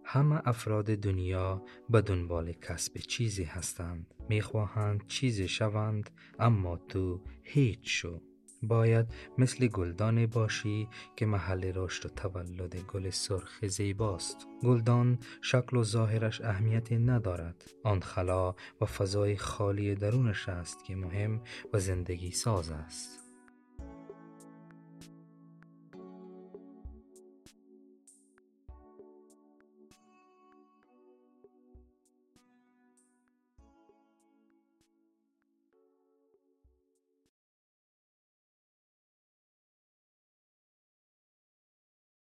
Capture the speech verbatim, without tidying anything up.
همه افراد دنیا به دنبال کسب چیزی هستند، میخواهند چیزی شوند، اما تو هیچ شو. باید مثل گلدانی باشی که محل رشد و تولد گل سرخ زیباست. گلدان شکل و ظاهرش اهمیتی ندارد، آن خلا و فضای خالی درونش است که مهم و زندگی ساز است.